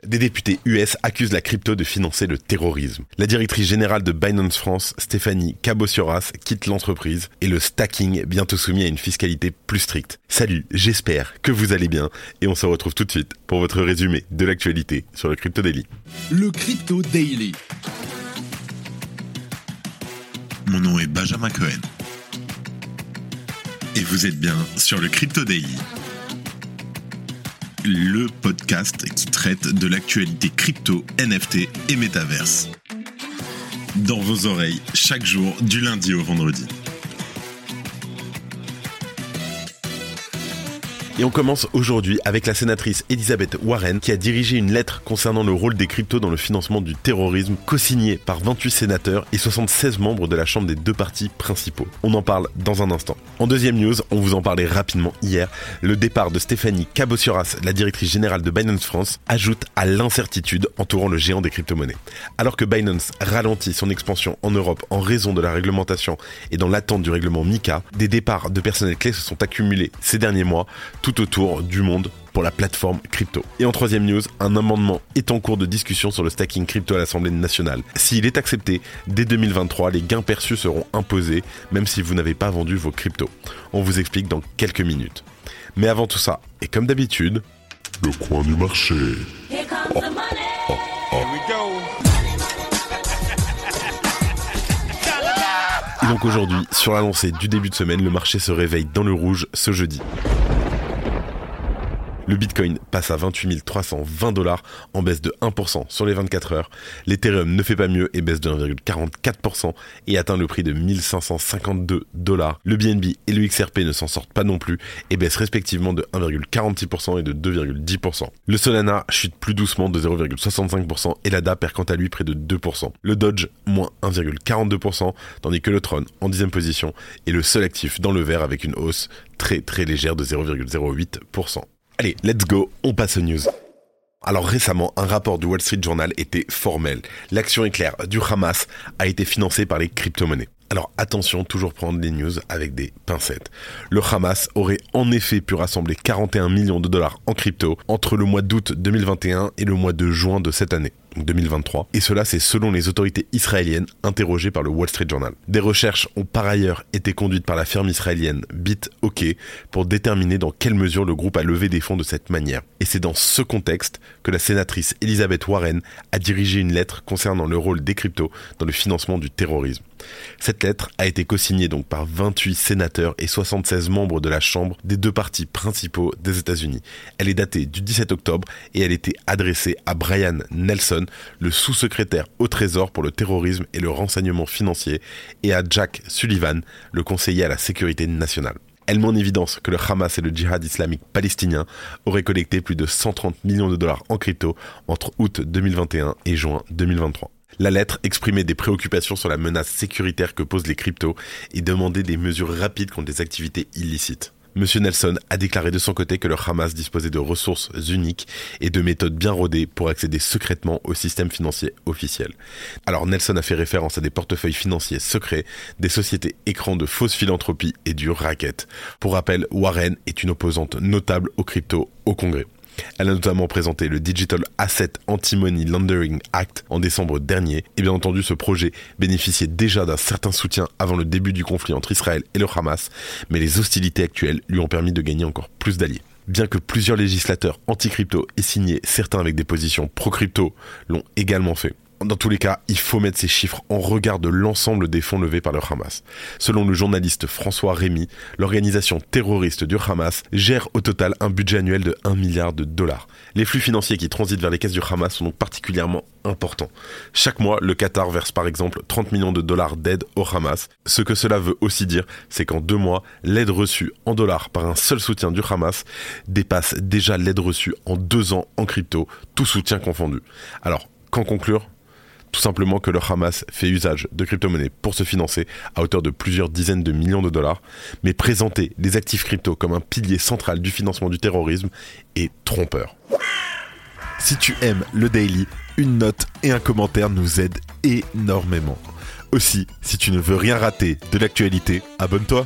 Des députés US accusent la crypto de financer le terrorisme. La directrice générale de Binance France, Stéphanie Cabossioras, quitte l'entreprise et le stacking bientôt soumis à une fiscalité plus stricte. Salut, j'espère que vous allez bien et on se retrouve tout de suite pour votre résumé de l'actualité sur le Crypto Daily. Le Crypto Daily. Mon nom est Benjamin Cohen. Et vous êtes bien sur le Crypto Daily. Le podcast qui traite de l'actualité crypto, NFT et métaverse. Dans vos oreilles, chaque jour, du lundi au vendredi. Et on commence aujourd'hui avec la sénatrice Elizabeth Warren qui a dirigé une lettre concernant le rôle des cryptos dans le financement du terrorisme, co-signée par 28 sénateurs et 76 membres de la Chambre des deux partis principaux. On en parle dans un instant. En deuxième news, on vous en parlait rapidement hier, le départ de Stéphanie Cabossioras, la directrice générale de Binance France, ajoute à l'incertitude entourant le géant des crypto-monnaies. Alors que Binance ralentit son expansion en Europe en raison de la réglementation et dans l'attente du règlement MiCA, des départs de personnel clés se sont accumulés ces derniers mois, tout autour du monde pour la plateforme crypto. Et en troisième news, un amendement est en cours de discussion sur le stacking crypto à l'Assemblée nationale. S'il est accepté, dès 2023, les gains perçus seront imposés, même si vous n'avez pas vendu vos cryptos. On vous explique dans quelques minutes. Mais avant tout ça, et comme d'habitude, le coin du marché. Here comes the money. Here we go. Et donc aujourd'hui, sur la lancée du début de semaine, le marché se réveille dans le rouge ce jeudi. Le Bitcoin passe à 28 320 $, en baisse de 1% sur les 24 heures. L'Ethereum ne fait pas mieux et baisse de 1,44% et atteint le prix de 1552 $. Le BNB et le XRP ne s'en sortent pas non plus et baissent respectivement de 1,46% et de 2,10%. Le Solana chute plus doucement de 0,65% et l'ADA perd quant à lui près de 2%. Le Doge, moins 1,42%, tandis que le Tron, en 10e position, est le seul actif dans le vert avec une hausse très légère de 0,08%. Allez, let's go, on passe aux news. Alors récemment, un rapport du Wall Street Journal était formel. L'action éclair du Hamas a été financée par les crypto-monnaies. Alors attention, toujours prendre les news avec des pincettes. Le Hamas aurait en effet pu rassembler 41 millions de $ en crypto entre le mois d'août 2021 et le mois de juin de cette année, donc 2023. Et cela, c'est selon les autorités israéliennes interrogées par le Wall Street Journal. Des recherches ont par ailleurs été conduites par la firme israélienne BitOK pour déterminer dans quelle mesure le groupe a levé des fonds de cette manière. Et c'est dans ce contexte que la sénatrice Elizabeth Warren a dirigé une lettre concernant le rôle des cryptos dans le financement du terrorisme. Cette lettre a été co-signée donc par 28 sénateurs et 76 membres de la Chambre des deux partis principaux des États-Unis. Elle est datée du 17 octobre et elle était adressée à Brian Nelson, le sous-secrétaire au Trésor pour le terrorisme et le renseignement financier, et à Jack Sullivan, le conseiller à la sécurité nationale. Elle met en évidence que le Hamas et le djihad islamique palestinien auraient collecté plus de 130 millions de $ en crypto entre août 2021 et juin 2023. La lettre exprimait des préoccupations sur la menace sécuritaire que posent les cryptos et demandait des mesures rapides contre les activités illicites. Monsieur Nelson a déclaré de son côté que le Hamas disposait de ressources uniques et de méthodes bien rodées pour accéder secrètement au système financier officiel. Alors Nelson a fait référence à des portefeuilles financiers secrets, des sociétés écrans de fausse philanthropie et du racket. Pour rappel, Warren est une opposante notable aux cryptos au Congrès. Elle a notamment présenté le Digital Asset Anti-Money Laundering Act en décembre dernier. Et bien entendu, ce projet bénéficiait déjà d'un certain soutien avant le début du conflit entre Israël et le Hamas, mais les hostilités actuelles lui ont permis de gagner encore plus d'alliés. Bien que plusieurs législateurs anti-crypto aient signé, certains avec des positions pro-crypto l'ont également fait. Dans tous les cas, il faut mettre ces chiffres en regard de l'ensemble des fonds levés par le Hamas. Selon le journaliste François Rémy, l'organisation terroriste du Hamas gère au total un budget annuel de 1 milliard de $. Les flux financiers qui transitent vers les caisses du Hamas sont donc particulièrement importants. Chaque mois, le Qatar verse par exemple 30 millions de $ d'aide au Hamas. Ce que cela veut aussi dire, c'est qu'en 2 mois, l'aide reçue en dollars par un seul soutien du Hamas dépasse déjà l'aide reçue en 2 ans en crypto, tout soutien confondu. Alors, qu'en conclure ? Tout simplement que le Hamas fait usage de crypto-monnaies pour se financer à hauteur de plusieurs dizaines de millions de $, mais présenter les actifs crypto comme un pilier central du financement du terrorisme est trompeur. Si tu aimes le Daily, une note et un commentaire nous aident énormément. Aussi, si tu ne veux rien rater de l'actualité, abonne-toi.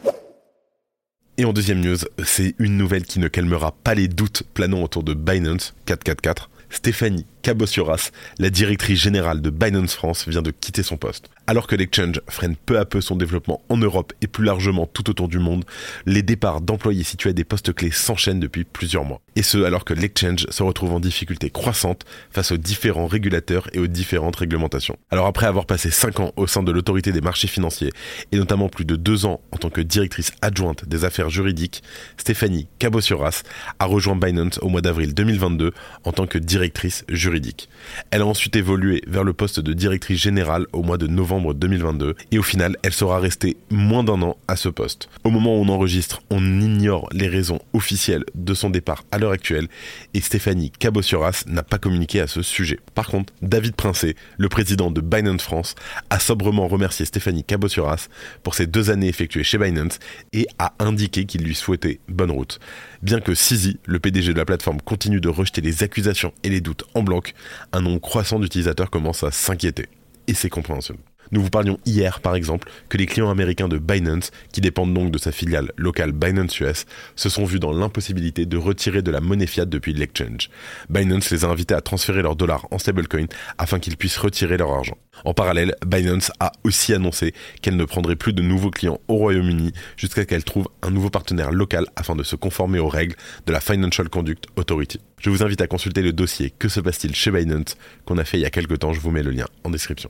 Et en deuxième news, c'est une nouvelle qui ne calmera pas les doutes planant autour de Binance 444. Stéphanie Cabossiouras, la directrice générale de Binance France, vient de quitter son poste. Alors que l'exchange freine peu à peu son développement en Europe et plus largement tout autour du monde, les départs d'employés situés à des postes clés s'enchaînent depuis plusieurs mois. Et ce, alors que l'exchange se retrouve en difficulté croissante face aux différents régulateurs et aux différentes réglementations. Alors après avoir passé 5 ans au sein de l'autorité des marchés financiers, et notamment plus de 2 ans en tant que directrice adjointe des affaires juridiques, Stéphanie Cabossiouras a rejoint Binance au mois d'avril 2022 en tant que directrice juridique. Elle a ensuite évolué vers le poste de directrice générale au mois de novembre 2022 et au final, elle sera restée moins d'1 an à ce poste. Au moment où on enregistre, on ignore les raisons officielles de son départ à l'heure actuelle et Stéphanie Cabossiouras n'a pas communiqué à ce sujet. Par contre, David Princé, le président de Binance France, a sobrement remercié Stéphanie Cabossiouras pour ses 2 années effectuées chez Binance et a indiqué qu'il lui souhaitait bonne route. Bien que Sizi, le PDG de la plateforme, continue de rejeter les accusations et les doutes en bloc, un nombre croissant d'utilisateurs commence à s'inquiéter. Et c'est compréhensible. Nous vous parlions hier, par exemple, que les clients américains de Binance, qui dépendent donc de sa filiale locale Binance US, se sont vus dans l'impossibilité de retirer de la monnaie fiat depuis l'exchange. Binance les a invités à transférer leurs dollars en stablecoin afin qu'ils puissent retirer leur argent. En parallèle, Binance a aussi annoncé qu'elle ne prendrait plus de nouveaux clients au Royaume-Uni jusqu'à ce qu'elle trouve un nouveau partenaire local afin de se conformer aux règles de la Financial Conduct Authority. Je vous invite à consulter le dossier Que se passe-t-il chez Binance qu'on a fait il y a quelques temps, je vous mets le lien en description.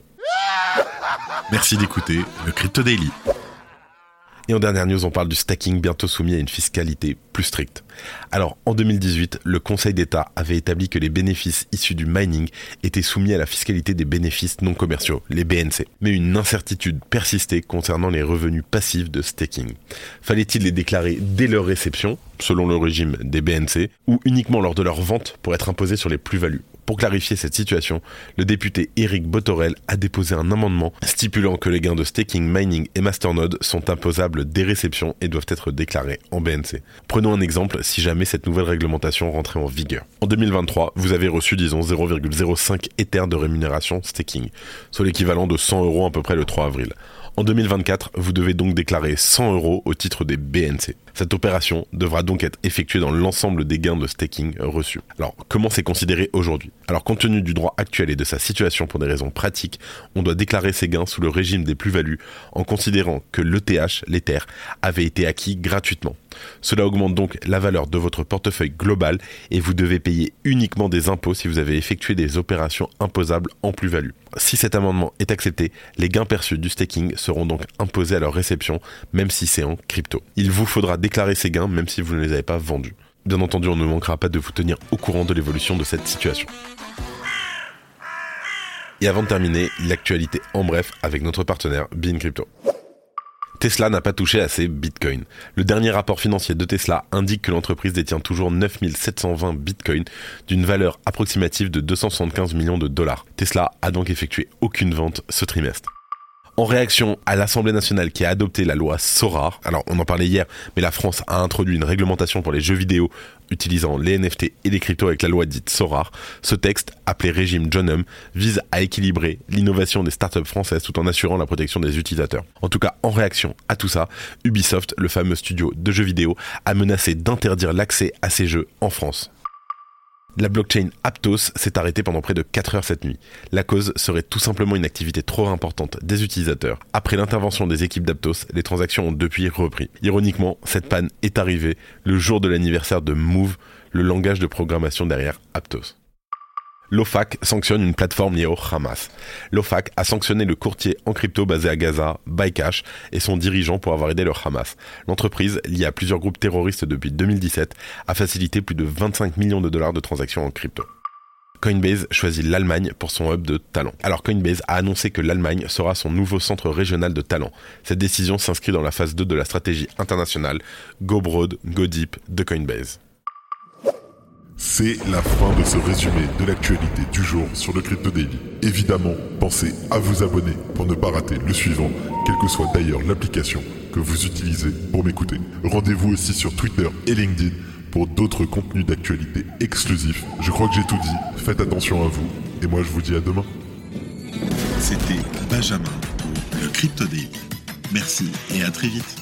Merci d'écouter le Crypto Daily. Et en dernière news, on parle du stacking bientôt soumis à une fiscalité plus stricte. Alors, en 2018, le Conseil d'État avait établi que les bénéfices issus du mining étaient soumis à la fiscalité des bénéfices non commerciaux, les BNC. Mais une incertitude persistait concernant les revenus passifs de staking. Fallait-il les déclarer dès leur réception, selon le régime des BNC, ou uniquement lors de leur vente pour être imposés sur les plus-values ? Pour clarifier cette situation, le député Éric Botorel a déposé un amendement stipulant que les gains de staking, mining et masternode sont imposables dès réception et doivent être déclarés en BNC. Prenons un exemple si jamais cette nouvelle réglementation rentrait en vigueur. En 2023, vous avez reçu, disons, 0,05 Ether de rémunération staking, soit l'équivalent de 100 € à peu près le 3 avril. En 2024, vous devez donc déclarer 100 € au titre des BNC. Cette opération devra donc être effectuée dans l'ensemble des gains de staking reçus. Alors, comment c'est considéré aujourd'hui ? Alors, compte tenu du droit actuel et de sa situation pour des raisons pratiques, on doit déclarer ces gains sous le régime des plus-values en considérant que l'ETH, l'Ether, avait été acquis gratuitement. Cela augmente donc la valeur de votre portefeuille global et vous devez payer uniquement des impôts si vous avez effectué des opérations imposables en plus-value. Si cet amendement est accepté, les gains perçus du staking seront donc imposés à leur réception, même si c'est en crypto. Il vous faudra déclarer ces gains même si vous ne les avez pas vendus. Bien entendu, on ne manquera pas de vous tenir au courant de l'évolution de cette situation. Et avant de terminer, l'actualité en bref avec notre partenaire Bean Crypto. Tesla n'a pas touché à ses bitcoins. Le dernier rapport financier de Tesla indique que l'entreprise détient toujours 9720 bitcoins d'une valeur approximative de 275 millions de dollars. Tesla a donc effectué aucune vente ce trimestre. En réaction à l'Assemblée nationale qui a adopté la loi SORAR, alors on en parlait hier, mais la France a introduit une réglementation pour les jeux vidéo utilisant les NFT et les cryptos avec la loi dite SORAR. Ce texte, appelé régime John-Hum, vise à équilibrer l'innovation des startups françaises tout en assurant la protection des utilisateurs. En tout cas, en réaction à tout ça, Ubisoft, le fameux studio de jeux vidéo, a menacé d'interdire l'accès à ces jeux en France. La blockchain Aptos s'est arrêtée pendant près de 4 heures cette nuit. La cause serait tout simplement une activité trop importante des utilisateurs. Après l'intervention des équipes d'Aptos, les transactions ont depuis repris. Ironiquement, cette panne est arrivée le jour de l'anniversaire de Move, le langage de programmation derrière Aptos. L'OFAC sanctionne une plateforme liée au Hamas. L'OFAC a sanctionné le courtier en crypto basé à Gaza, Bycash, et son dirigeant pour avoir aidé le Hamas. L'entreprise, liée à plusieurs groupes terroristes depuis 2017, a facilité plus de 25 millions de dollars de transactions en crypto. Coinbase choisit l'Allemagne pour son hub de talent. Alors Coinbase a annoncé que l'Allemagne sera son nouveau centre régional de talent. Cette décision s'inscrit dans la phase 2 de la stratégie internationale Go Broad, Go Deep de Coinbase. C'est la fin de ce résumé de l'actualité du jour sur le Crypto Daily. Évidemment, pensez à vous abonner pour ne pas rater le suivant, quelle que soit d'ailleurs l'application que vous utilisez pour m'écouter. Rendez-vous aussi sur Twitter et LinkedIn pour d'autres contenus d'actualité exclusifs. Je crois que j'ai tout dit, faites attention à vous, et moi je vous dis à demain. C'était Benjamin pour le Crypto Daily. Merci et à très vite.